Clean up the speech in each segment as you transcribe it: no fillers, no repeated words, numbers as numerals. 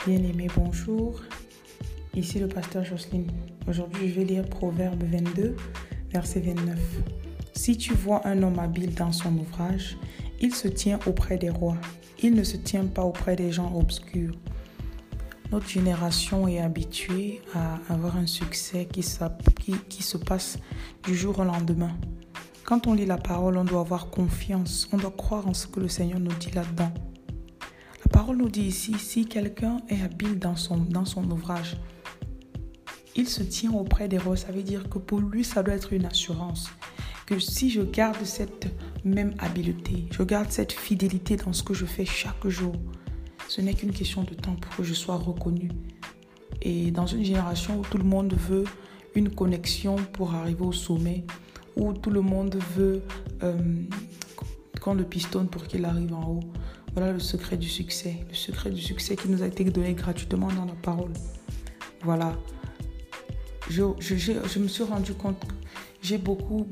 Bien-aimés, bonjour. Ici le pasteur Jocelyne. Aujourd'hui, je vais lire Proverbe 22, verset 29. Si tu vois un homme habile dans son ouvrage, il se tient auprès des rois. Il ne se tient pas auprès des gens obscurs. Notre génération est habituée à avoir un succès qui se passe du jour au lendemain. Quand on lit la parole, on doit avoir confiance. On doit croire en ce que le Seigneur nous dit là-dedans. La parole nous dit ici, si quelqu'un est habile dans son ouvrage, il se tient auprès des rois. Ça veut dire que pour lui, ça doit être une assurance. Que si je garde cette même habileté, je garde cette fidélité dans ce que je fais chaque jour, ce n'est qu'une question de temps pour que je sois reconnu. Et dans une génération où tout le monde veut une connexion pour arriver au sommet, où tout le monde veut qu'on le pistonne pour qu'il arrive en haut, voilà le secret du succès. Le secret du succès qui nous a été donné gratuitement dans la parole. Voilà. Je me suis rendu compte que j'ai beaucoup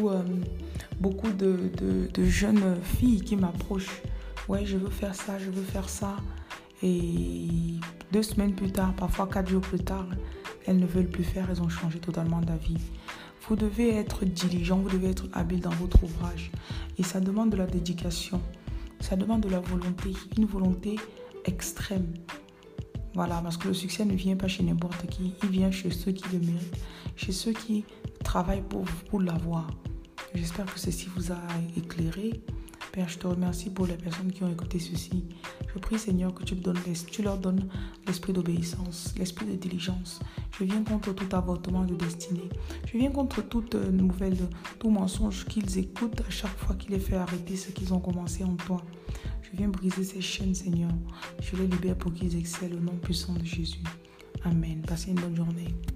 de jeunes filles qui m'approchent. Ouais, je veux faire ça, je veux faire ça. Et 2 semaines plus tard, parfois 4 jours plus tard, elles ne veulent plus faire, elles ont changé totalement d'avis. Vous devez être diligent, vous devez être habile dans votre ouvrage. Et ça demande de la dédication, ça demande de la volonté, une volonté extrême. Voilà, parce que le succès ne vient pas chez n'importe qui, il vient chez ceux qui le méritent, chez ceux qui travaillent pour l'avoir. J'espère que ceci vous a éclairé. Père, je te remercie pour les personnes qui ont écouté ceci. Je prie, Seigneur, que tu leur donnes l'esprit d'obéissance, l'esprit de diligence. Je viens contre tout avortement de destinée. Je viens contre toute nouvelle, tout mensonge qu'ils écoutent à chaque fois qu'il les fait arrêter ce qu'ils ont commencé en toi. Je viens briser ces chaînes, Seigneur. Je les libère pour qu'ils excellent au nom puissant de Jésus. Amen. Passez une bonne journée.